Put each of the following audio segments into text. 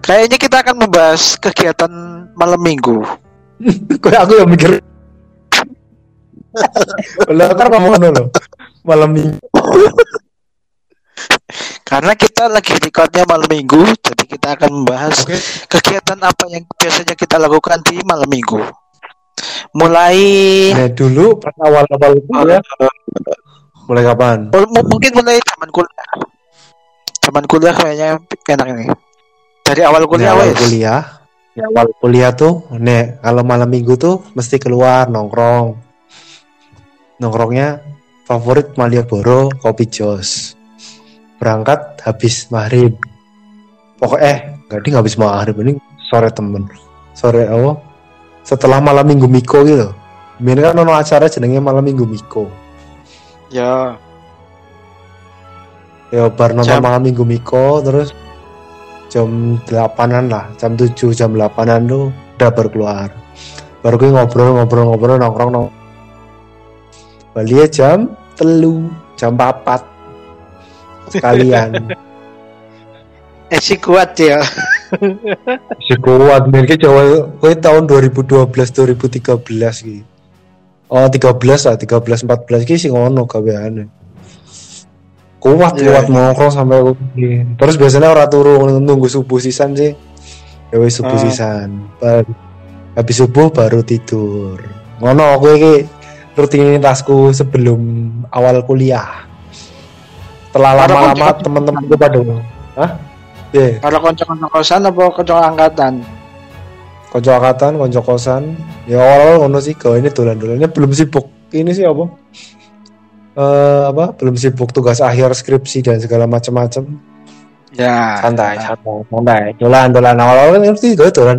Kayaknya kita akan membahas kegiatan malam minggu. Kayak aku yang mikir. Lah kan ngomong loh. Malam minggu. Karena kita lagi recordnya malam minggu, jadi kita akan membahas kegiatan apa yang biasanya kita lakukan di malam minggu. Mulai dulu pas awal-awal itu ya. Mulai kapan? Mungkin mulai zaman kuliah. Zaman kuliah kayaknya enak ini. Dari awal kuliah awal kuliah. Ya, awal kuliah tuh, kalau malam minggu tuh mesti keluar nongkrong. Nongkrongnya favorit Malioboro, Kopi Jos. Berangkat habis maghrib. Pokoknya nggak habis maghrib, ini sore temen. Sore setelah malam minggu Miko gitu. Ini kan ono acara jenenge malam minggu Miko. Ya bar nonton malam minggu Miko, terus jam 8-an lah, jam 7, jam 8-an tuh udah baru keluar. Baru gue ngobrol nongkrong. Balik jam 3, jam 4 sekalian. Si kuat ya. Si kuat mungkin Jawa kowe tahun 2012 2013 iki. Oh 13 14 iki sing ngono gaweane. Kuat nongkrong sampai terus biasanya orang turu nunggu subuh sisan sih. Ya wis subuh sisan. Habis subuh baru tidur. Ngono kowe iki rutinitasku sebelum awal kuliah. Setelah lama-lama teman-temanku pada Kalau konco-konco kosan apa konco angkatan? Konco angkatan, konco kosan. Ya awal-awal ngono sih, ini dolan-dolannya belum sibuk. Ini sih apa? Belum sibuk tugas akhir skripsi dan segala macam-macam. Ya, santai. Dolan awal-awal kan sih dolan.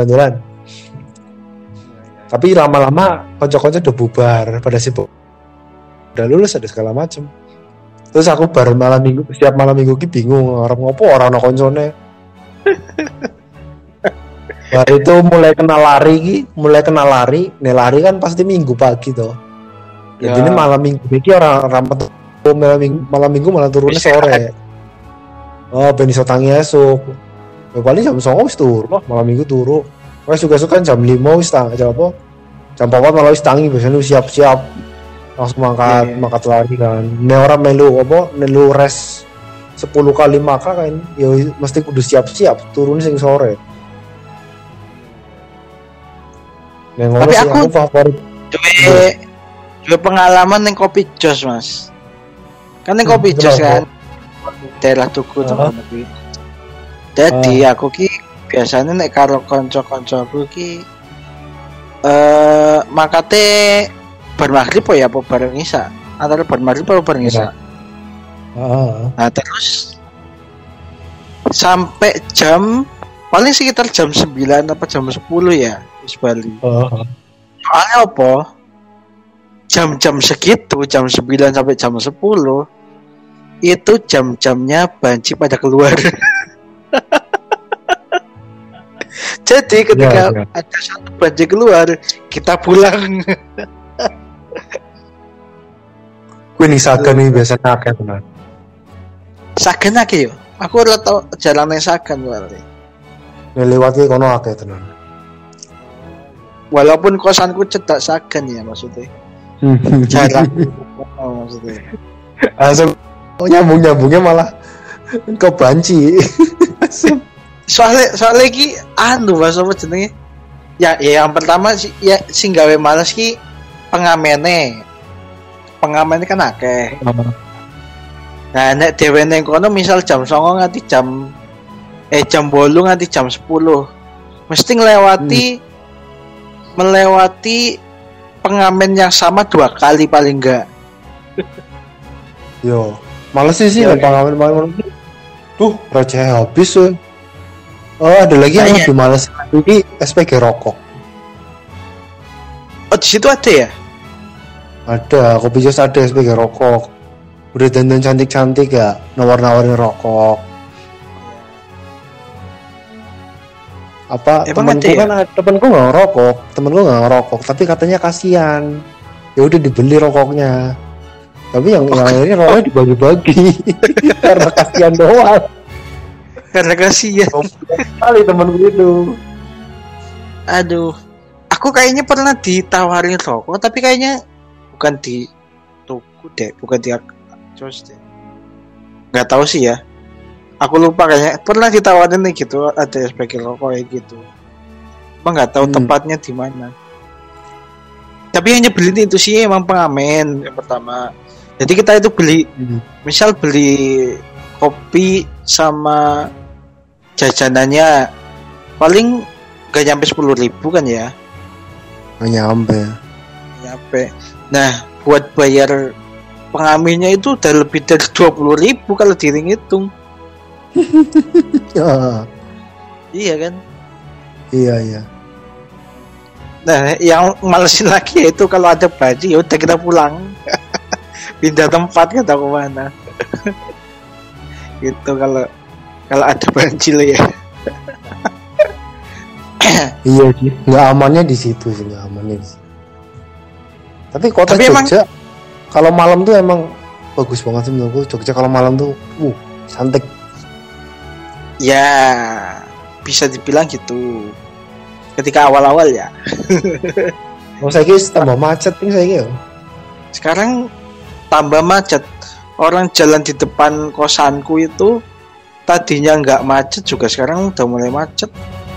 Tapi lama-lama konco-konco udah bubar, pada sibuk. Udah lulus ada segala macam. Terus aku baru setiap malam minggu ki bingung arep ngopo ora ono koncone. Baru itu mulai kenal lari, lari kan pasti minggu pagi toh. Jadi ini malam minggu iki ora rampet malam minggu malah turunnya sore. Oh, ben iso tangi esuk. Paling jam 09.00 wis turu loh, malam minggu turu. Wes suka-suka jam 5 wis jam 4 malah wis tangi biasanya siap-siap. Langsung mangkat lari kan. Nek ora melu res 10 kali maka kan ya mesti kudu siap-siap turun sing sore. Tapi aku favorit juga pengalaman ning Kopi Jos, Mas. Kan ning Kopi Jos kan daerah Tugu teman iki. Jadi aku ki biasanya nek karo kanca-kancaku ki makate bar maghrib ya apa bareng isya? Antara bar maghrib apa bareng isya? Nah, terus sampai paling sekitar jam 9 apa jam 10 ya wis bali. Soalnya apa? Jam-jam segitu, jam 9 sampai jam 10 itu jam-jamnya banci pada keluar. Jadi ketika ada satu banci keluar, kita pulang. Kuwi ning Sagan iki biasanya akeh tenan. Sagan akeh yo. Aku ora tau jalan nang Sagan wae. Lewat iki kono akeh tenan. Walaupun kosanku cedak Sagan ya maksudnya. Jalan maksudnya. Langsung nyambungnya malah ke banci. soalnya ki Mas apa jenenge? Ya yang pertama ya sing gawe males ki pengamene kan akeh. Nah nek dhewe ning kono misal jam 09.00 nganti jam 8 nganti jam 10 mesti melewati pengamen yang sama 2 kali paling enggak. Yo, males sih pengamen. Tuh, receh habis. Ada lagi yang lebih males lagi SPG rokok. Oh, di situ ada ya? Ada, Kopi Jos ada SPG rokok. Udah dandan cantik-cantik ya, nawar-nawarin rokok. Apa temanku kan temanku nggak ngerokok, tapi katanya kasihan. Ya udah dibeli rokoknya. Tapi yang akhirnya rokoknya dibagi-bagi karena kasihan doang. Karena kasihan. Kali temanku itu. Aduh, aku kayaknya pernah ditawarin rokok, tapi kayaknya bukan di toko deh, bukan di Akcos deh. Nggak tahu sih ya. Aku lupa kayaknya pernah ditawarin nih gitu, ada SPG rokok kayak gitu. Cuma nggak tahu tempatnya di mana. Tapi yang nyebelin itu sih emang pengamen yang pertama. Jadi kita itu beli, misal beli kopi sama jajanannya paling gak nyampe 10.000 kan ya? Nggak nyampe. Nah, buat bayar pengamennya itu udah lebih dari 20.000 kalau dihitung. Iya kan? Iya. Nah, yang malesin lagi yaitu kalau ada baju ya udah kita pulang. Pindah tempat kita ke mana. Gitu kalau ada banjir ya. Iya sih, nggak amannya di situ sih, nggak amannya di situ. Tapi kota Jogja kalau malam tuh emang bagus banget sih menurutku. Jogja kalau malam tuh santai. Ya, bisa dibilang gitu. Ketika awal-awal ya. Saya kira tambah macet nih saya kira. Sekarang tambah macet. Orang jalan di depan kosanku itu tadinya nggak macet juga sekarang udah mulai macet.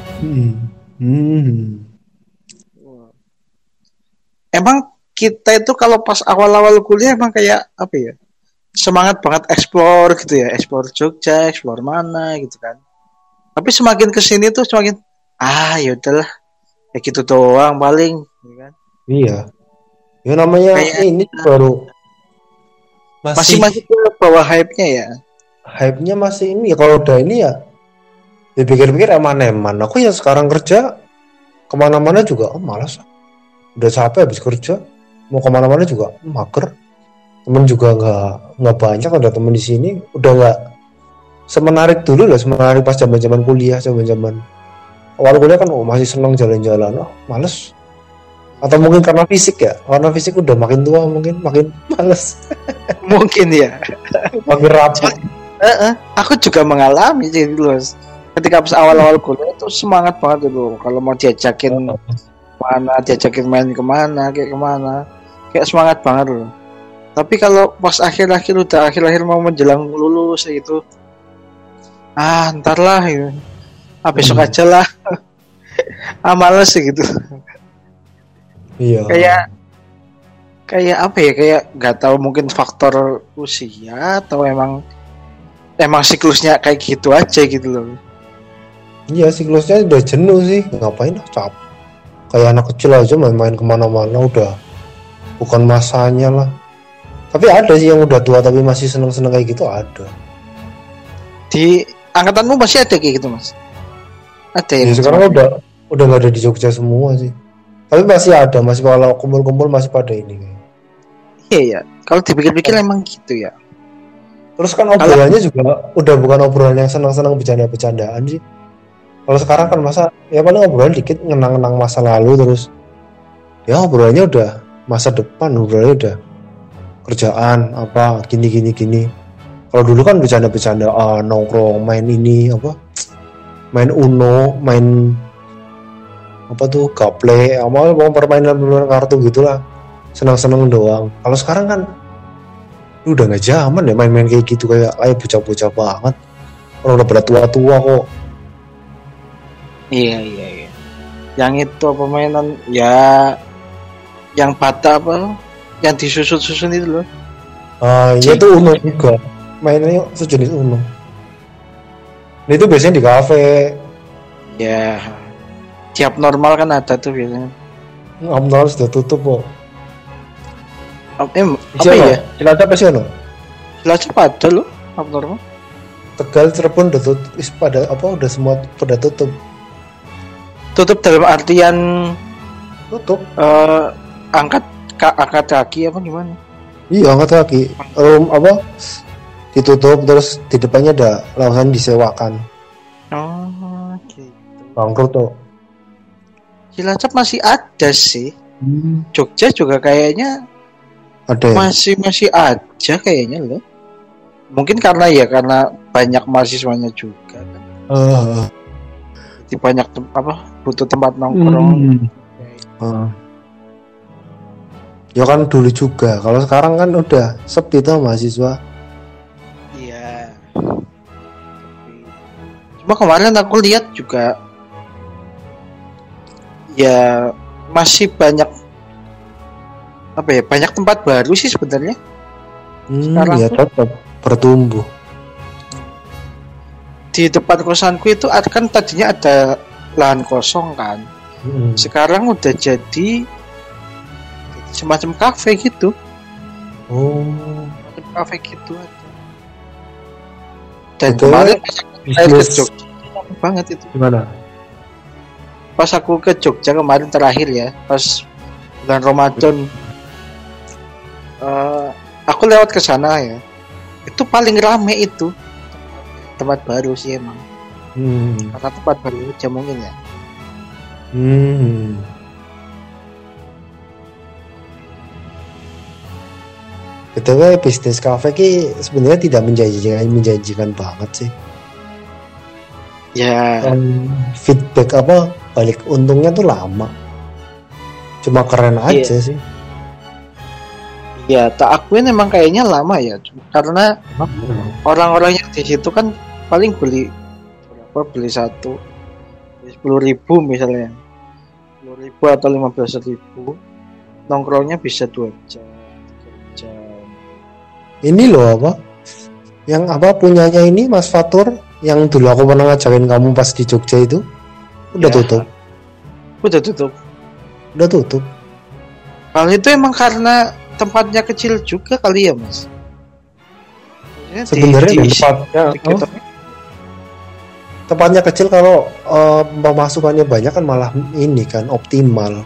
Emang kita itu kalau pas awal-awal kuliah emang kayak apa ya, semangat banget explore gitu ya, explore Jogja, explore mana gitu kan. Tapi semakin kesini tuh semakin ya udahlah ya gitu doang paling gitu kan. Iya ya namanya kayak ini baru masih ke bawah hype-nya ya. Hype-nya masih ini ya, kalau udah ini ya dipikir-pikir eman-eman. Aku yang sekarang kerja kemana-mana juga malas, udah capek habis kerja mau kemana-mana juga mager. Temen juga nggak banyak, ada temen di sini udah nggak semenarik dulu lah, semenarik pas zaman kuliah. Zaman awal kuliah kan masih seneng jalan-jalan, males. Atau mungkin karena fisik ya, karena fisik udah makin tua mungkin makin males. Mungkin ya. Makin rapuh. Aku juga mengalami jadi luas. Ketika pas awal-awal kuliah tuh semangat banget dulu. Kalau mau diajakin mana, diajakin main kemana, kayak semangat banget loh. Tapi kalau pas akhir-akhir mau menjelang lulus gitu, ntar lah gitu. Besok aja lah. Males gitu. Iya. Kayak apa ya? Kayak nggak tahu, mungkin faktor usia atau emang siklusnya kayak gitu aja gitu loh. Iya, siklusnya udah jenuh sih. Ngapain capek. Kayak anak kecil aja main-main kemana-mana udah bukan masanya lah. Tapi ada sih yang udah tua tapi masih seneng-seneng kayak gitu, ada. Di angkatanmu masih ada kayak gitu, Mas? Ada ya? Sekarang udah nggak ada di Jogja semua sih. Tapi masih ada, masih kalau kumpul-kumpul masih pada ini. Iya ya. Kalau dipikir-pikir emang gitu ya. Terus kan obrolannya juga udah bukan obrolan yang senang-senang bercanda-bercandaan sih. Kalau sekarang kan masa ya paling obrolan dikit ngenang-ngenang masa lalu, terus ya obrolannya udah masa depan, obrolannya udah kerjaan apa gini. Kalau dulu kan bercanda-bercandaan, nongkrong, main ini apa, main Uno, main apa tuh gaple, apa permainan kartu gitulah, senang-senang doang. Kalau sekarang kan udah nggak zaman ya main-main kayak gitu, kayak bocah-bocah banget. Orang udah pada tua-tua kok. Iya. Yang itu apa mainan ya, yang bata apa, yang disusun itu loh. Iya tuh Uno juga. Mainnya sejenis Uno. Nah, itu biasanya di kafe. Ya. Tiap normal kan ada tuh biasanya. Abnormal sudah tutup kok. Apa ya? Cilacap sih no? Cilacap ada loh, abnormal. Tegal, Cirebon udah tutup, udah semua pada tutup. Tutup dalam artian tutup. Angkat kaki apa gimana? Iya, angkat kaki. Ditutup, terus di depannya ada langsung disewakan. Gitu. Bangkrut tuh. Cilacap masih ada sih. Jogja juga kayaknya ada ya? Masih aja kayaknya loh. Mungkin karena banyak mahasiswanya juga kan. Jadi banyak butuh tempat nongkrong. Ya kan dulu juga. Kalau sekarang kan udah sepi tuh mahasiswa. Iya. Cuma kemarin aku lihat juga ya masih banyak banyak tempat baru sih sebenarnya. Sekarang ya tetap bertumbuh. Di depan kosanku itu kan tadinya ada lahan kosong kan. Sekarang udah jadi semacam kafe gitu. Semacam kafe gitu aja. Dan kemarin pas aku ke Jogja banget itu. Gimana? Pas aku ke Jogja kemarin terakhir ya, pas bulan Ramadan, aku lewat ke sana ya. Itu paling rame itu. Tempat baru sih emang. Karena tempat baru aja mungkin ya. Betul, bisnis kafe ki sebenarnya tidak menjanjikan banget sih. Ya. Feedback balik untungnya tuh lama. Cuma keren aja sih. Ya, tak akuin emang kayaknya lama ya. Karena orang-orang yang di situ kan paling beli satu 10.000 misalnya, 10.000 atau 15.000, nongkrongnya bisa 2 jam, 3 jam. Ini loh yang punyanya ini Mas Fatur yang dulu aku pernah ngajakin kamu pas di Jogja itu udah tutup. Udah tutup. Kalau itu emang karena tempatnya kecil juga kali ya Mas. Sebenarnya tempatnya kecil, kalau pemasukannya banyak kan malah ini kan optimal.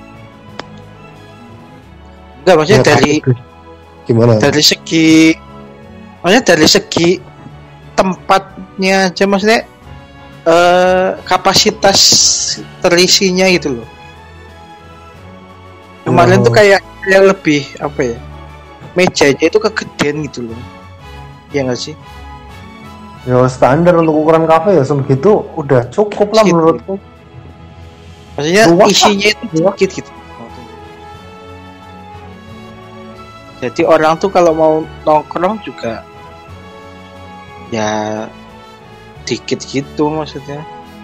Enggak, maksudnya gimana? Dari segi tempatnya aja, maksudnya kapasitas terisinya gitu loh. Kemarin tuh kayak lebih mejanya itu kegedean gitu loh. Ya nggak sih? Ya standar untuk ukuran kafe ya segitu udah cukup lah menurutku. Maksudnya isinya itu sedikit gitu. Jadi orang tuh kalau mau nongkrong juga ya dikit gitu maksudnya.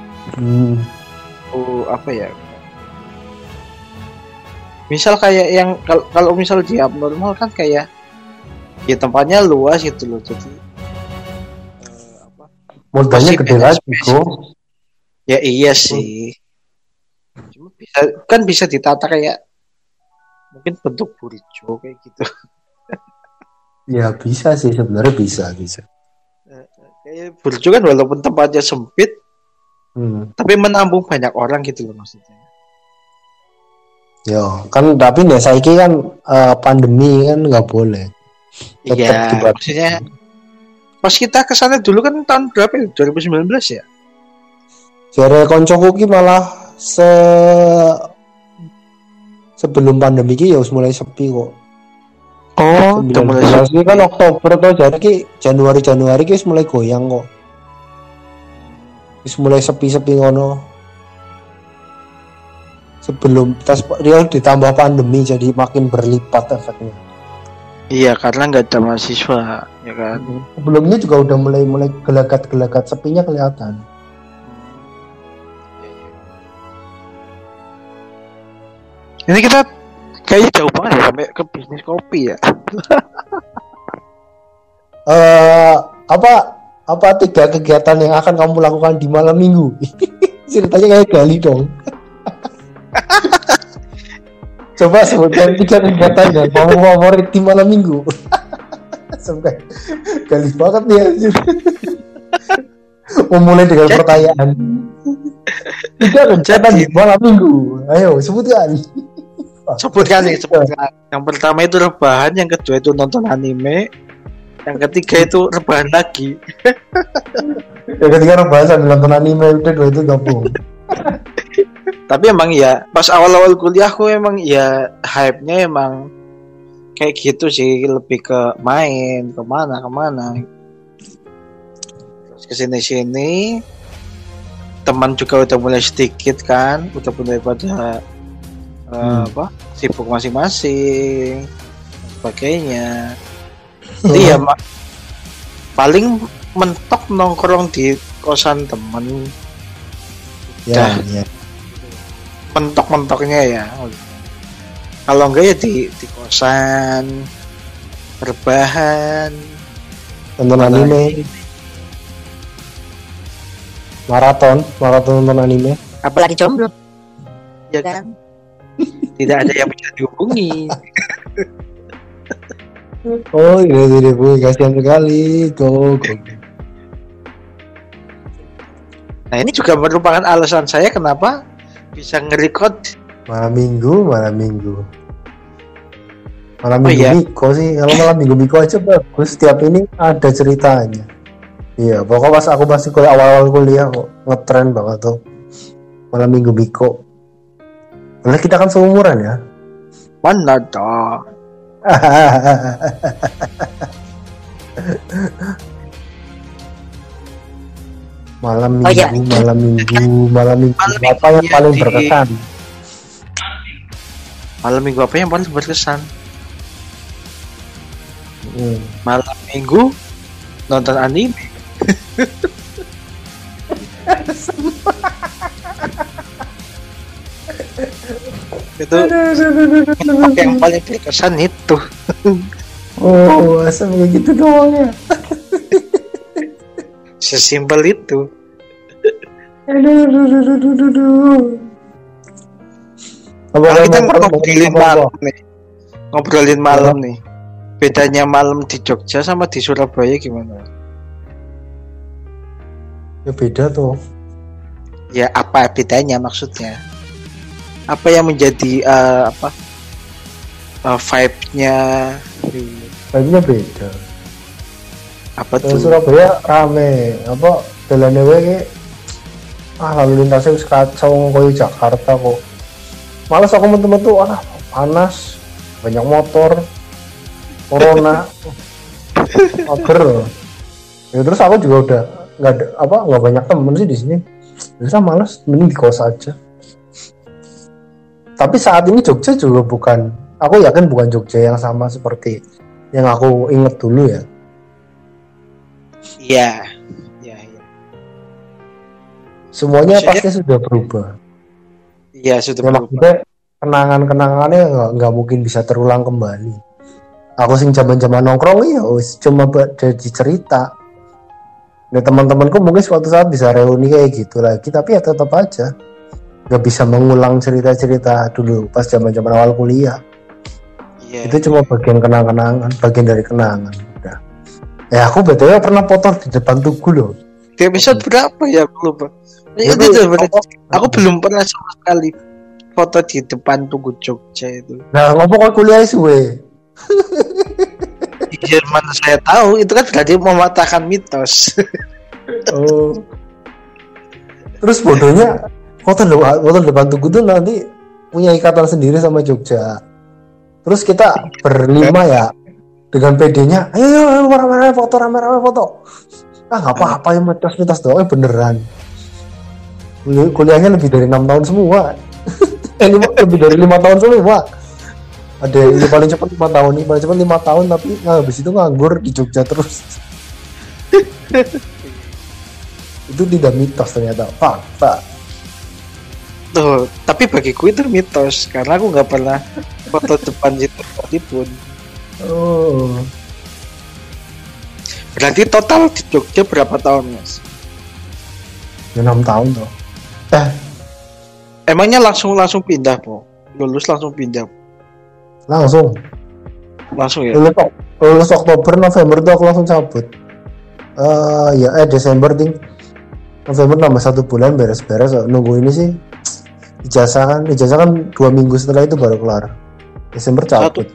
Misal kayak yang kalau misal di abnormal kan kayak ya tempatnya luas gitu loh, jadi modalnya gede lagi kok. Ya iya sih. Cuma bisa ditata kayak mungkin bentuk burjo kayak gitu. Ya bisa sih sebenarnya bisa. Kayak burjo kan walaupun tempatnya sempit, tapi menampung banyak orang gitu loh maksudnya. Ya kan tapi nih saiki kan pandemi kan nggak boleh. Iya, maksudnya pas kita kesana dulu kan tahun berapa ya? 2019 ya? Jare koncoku ki malah sebelum pandemi ki ya mulai sepi kok. Oh, udah mulai sepi kan Oktober atau Januari ki mulai goyang kok. Wis mulai sepi-sepi ngono. Sebelum real ditambah pandemi jadi makin berlipat efeknya. Iya, karena nggak ada mahasiswa, ya kan. Sebelumnya juga udah mulai gelagat sepinya kelihatan. Ini kita kayaknya jauh banget ya sampai ke bisnis kopi ya. Apa 3 kegiatan yang akan kamu lakukan di malam minggu? Ceritanya kayak Gali dong. Coba sebutkan 3 kegiatan yang kamu favorit di malam minggu. Sampai Gali banget nih anjir. Memulai dengan pertanyaan. 3 kegiatan di malam minggu. Ayo sebutkan. Sebutkan. Yang pertama itu rebahan, yang kedua itu nonton anime, yang ketiga itu rebahan lagi. Yang ketiga rebahan sambil nonton anime, udah 2 itu gabung. Tapi emang ya pas awal-awal kuliah aku emang ya hype-nya emang kayak gitu sih, lebih ke main kemana terus kesini teman juga udah mulai sedikit kan, udah mulai pada sibuk masing-masing sebagainya. Jadi ya paling mentok nongkrong di kosan temen. Ya. Mentok-mentoknya ya. Kalau enggak ya di kosan berbahan, nonton anime, maraton nonton anime. Apalagi jomblo. Ya kan? Tidak ada yang bisa dihubungi. Oh iya, Bu, kasihan sekali. Go. Nah ini juga merupakan alasan saya kenapa bisa nge-record malam minggu iya. Miko sih. Kalau malam minggu Miko aja bagus, setiap ini ada ceritanya. Iya, pokoknya pas aku masih awal kuliah kok ngetren banget tuh malam minggu Miko. Karena kita kan seumuran ya. Mana dah? Malam minggu apa yang paling berkesan? Malam minggu apa yang paling berkesan? Malam minggu nonton anime. Itu yang paling berkesan itu. Oh, asal kayak gitu doang ya. Sesimpel itu. Nah, kita ngobrolin malam nih. Bedanya malam di Jogja sama di Surabaya gimana? Ya beda tuh. Ya apa bedanya maksudnya? Apa yang menjadi vibe-nya? Vibe-nya beda. Apa tuh? Surabaya rame, dalane wae lalu lintasnya wis kacau koyo Jakarta kok. Males aku metu-metu panas, banyak motor, corona, mager. Ya terus aku juga udah nggak banyak temen sih di sini. Bisa males, mending di kos aja. Tapi saat ini Jogja juga aku yakin bukan Jogja yang sama seperti yang aku inget dulu ya. Iya. Semuanya maksudnya, pasti sudah berubah. Iya, sudah ya, berubah. Kenangan-kenangannya nggak mungkin bisa terulang kembali. Aku sing zaman-zaman nongkrong ya cuma jadi cerita. Nah, teman-temanku mungkin suatu saat bisa reuni kayak gitu lagi, tapi ya tetap aja nggak bisa mengulang cerita-cerita dulu pas zaman-zaman awal kuliah. Yeah. Itu cuma bagian kenang-kenangan, bagian dari kenangan. Udah. Aku betul pernah foto di depan Tugu loh. Di episode berapa ya? Aku lupa. Aku belum pernah sama sekali foto di depan Tugu Jogja itu. Nah, ngomong kuliah suwe. Iya, mana saya tahu itu kan berarti mematahkan mitos. Oh. Terus bodohnya foto depan Tugu tuh nanti punya ikatan sendiri sama Jogja. Terus kita berlima ya dengan PD-nya, ayo rame-rame foto. Nggak apa-apa ya mitos doang beneran. Kuliahnya lebih dari 6 tahun semua. Lebih dari 5 tahun semua. Ada yang paling cepat 5 tahun nih, paling cepat 5 tahun tapi habis itu nganggur di Jogja terus. Itu tidak mitos ternyata, fakta. Tuh, tapi bagiku itu mitos karena aku nggak pernah foto depan situ pun. Oh. Berarti total di Jogja berapa tahun, Mas? 6 tahun tuh. Emangnya langsung pindah, Po? Lulus langsung pindah? Langsung ya? Lulus Oktober, November tuh aku langsung cabut. Desember ting. November nambah 1 bulan beres-beres. Nunggu ini sih ijazah kan 2 minggu setelah itu baru kelar. Desember cabut.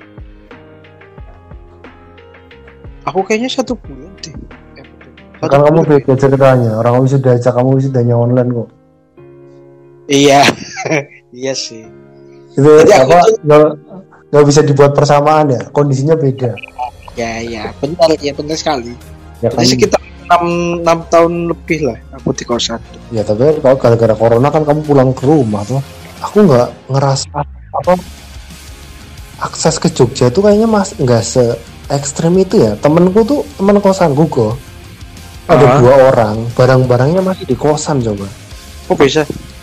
Aku kayaknya 1 bulan deh. Kan kamu beda ceritanya. Orang kamu sudah ajak kamu sudahnya online kok. Iya. Iya sih. Itu nggak bisa dibuat persamaan ya. Kondisinya beda. Ya benar sekali. Ya kan? Sekitar 6 tahun lebih lah aku di kosan. Ya tapi kalau gara-gara corona kan kamu pulang ke rumah tuh. Aku nggak ngerasa apa akses ke Jogja tuh kayaknya nggak se ekstrem itu ya. Temenku tuh temen kosanku kok ada 2 orang, barang-barangnya masih di kosan coba. Kok bisa?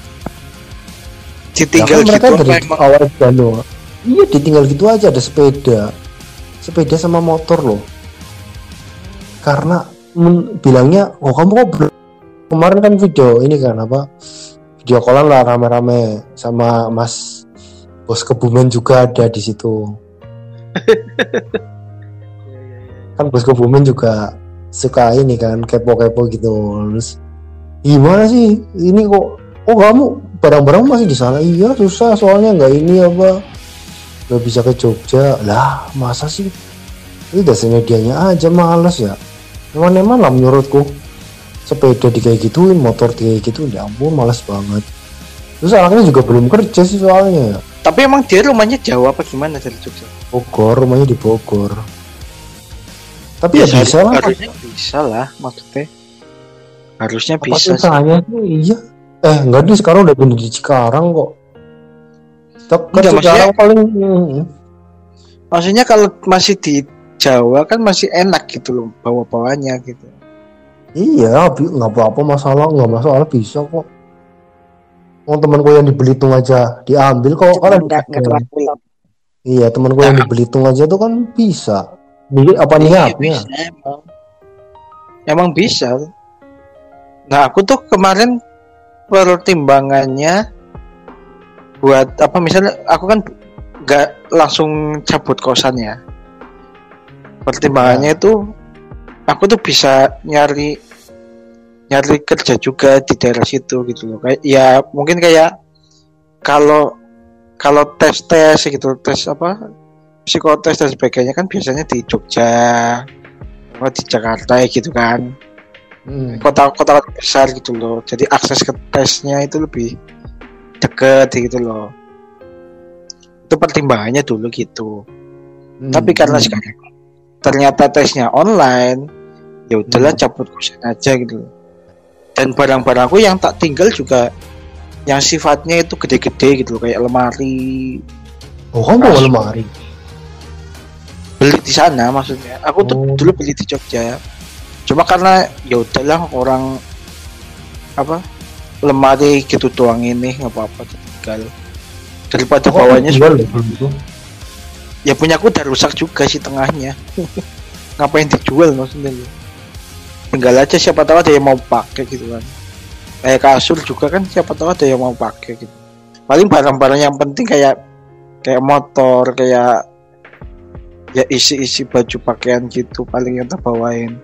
Ya, Ditinggal kan mereka gitu dari emang. awal Januari. Iya ditinggal gitu aja, ada sepeda sama motor loh. Karena bilangnya, oh kamu kok kemarin kan video ini kan apa? Video callan lah rame-rame sama Mas Bos Kebumen juga ada di situ. Kan Bos Kebumen juga suka ini kan kepo-kepo gitu. Terus gimana sih ini kok? Oh kamu barang-barang masih di sana? Iya susah soalnya nggak ini apa? Nggak bisa ke Jogja lah. Masa sih? Itu dasarnya dianya aja males ya. Emang lah menurutku. Sepeda di kayak gituin, motor di kayak gituin, ya ampun males banget. Terus anaknya juga belum kerja sih soalnya. Tapi emang dia rumahnya jauh apa gimana dari Jogja? Bogor, rumahnya di Bogor. Tapi ya bisa lah. Harusnya bisa lah maksudnya. Harusnya Apa bisa. susahnya sih? Iya. Enggak deh sekarang udah pindah di Cikarang kok. Enggak, Cikarang paling. Maksudnya kalau masih di Jawa kan masih enak gitu loh bawa-bawanya gitu. Iya, nggak apa-apa nggak masalah bisa kok. Oh temanku yang di Belitung aja diambil kok kalau iya temanku yang di Belitung aja tuh kan bisa. Apa niatnya? Emang bisa. Nah aku tuh kemarin pertimbangannya buat apa misalnya aku kan nggak langsung cabut kosan ya. Pertimbangannya itu aku tuh bisa nyari kerja juga di daerah situ gitu loh. Kayak ya mungkin kayak kalau tes gitu, tes apa psikotes dan sebagainya kan biasanya di Jogja atau di Jakarta gitu kan. Kota-kota besar gitu loh. Jadi akses ke tesnya itu lebih deket gitu loh. Itu pertimbangannya dulu gitu. Tapi karena sekarang ternyata tesnya online, ya udahlah cabut kosan aja gitu. Dan barang-barangku yang tak tinggal juga yang sifatnya itu gede-gede gitu loh, kayak lemari. Oh, kamu bawa lemari? Beli di sana maksudnya. Aku tuh dulu beli di Jogja. Cuma karena ya udahlah orang apa lemari gitu doang ini nggak apa-apa tinggal. Daripada bawanya jual ya punya aku udah rusak juga sih tengahnya. Ngapain dijual maksudnya lu? Tinggal aja siapa tahu ada yang mau pakai gitu kan. Kayak kasur juga kan siapa tahu ada yang mau pakai gitu. Paling barang-barang yang penting kayak motor, kayak ya isi baju pakaian gitu paling yang tak bawain.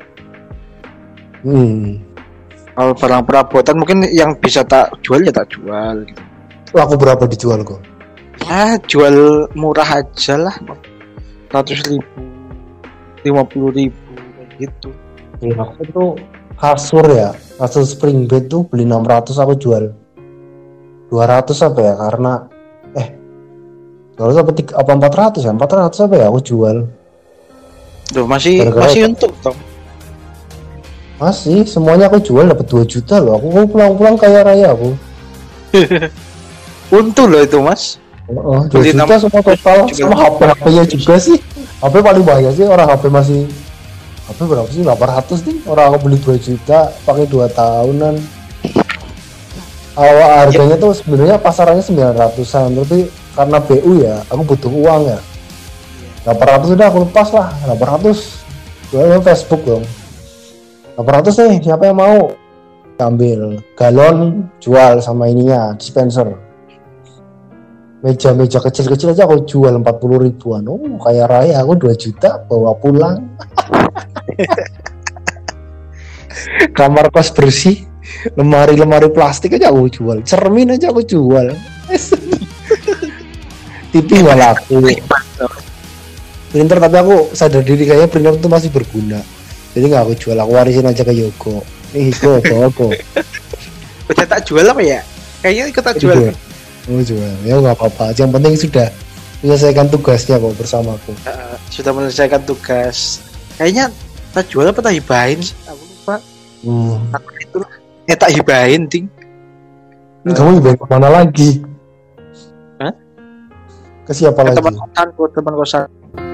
Kalau barang perabotan mungkin yang bisa tak jual ya tak jual gitu. Laku berapa dijual kok? Ya jual murah aja lah, 100.000, 50.000 gitu. Ya, aku tuh kasur spring bed tuh beli 600 aku jual 200 apa ya karena 200 apa 400 ya 400 apa ya aku jual. Duh, masih untung toh. Masih semuanya aku jual dapat 2 juta loh. Aku pulang-pulang kaya raya aku. Untung loh itu mas. 2 juta semua total sama HP-nya juga sih. HP paling banyak sih orang HP masih HP berapa sih 800 nih orang aku beli 2 juta pakai 2 tahunan. Awal harganya tuh sebenarnya pasarannya 900-an tapi karena BU ya aku butuh uang ya. 800 udah aku lepas lah 800 jualnya Facebook dong. 800 nih siapa yang mau ambil galon jual sama ininya dispenser. Meja kecil-kecil aja aku jual 40 ribuan. Oh kaya raya aku 2 juta bawa pulang. Kamar kos bersih, lemari plastik aja aku jual, cermin aja aku jual. TV nggak laku. Printer tapi aku sadar diri kayaknya printer itu masih berguna. Jadi nggak aku jual, aku warisin aja ke Yogo. Yogo. Udah tak jual apa ya? Kayaknya ikut tak jual. Jual. Ya nggak apa-apa. Yang penting sudah menyelesaikan tugasnya kok bersamaku. Sudah menyelesaikan tugas. Kayaknya tak jual apa tak hibahin sih? Aku lupa. Itu tak hibahin ting. Ini kamu hibahin kemana lagi? Hah? Ke siapa lagi? Teman kosan.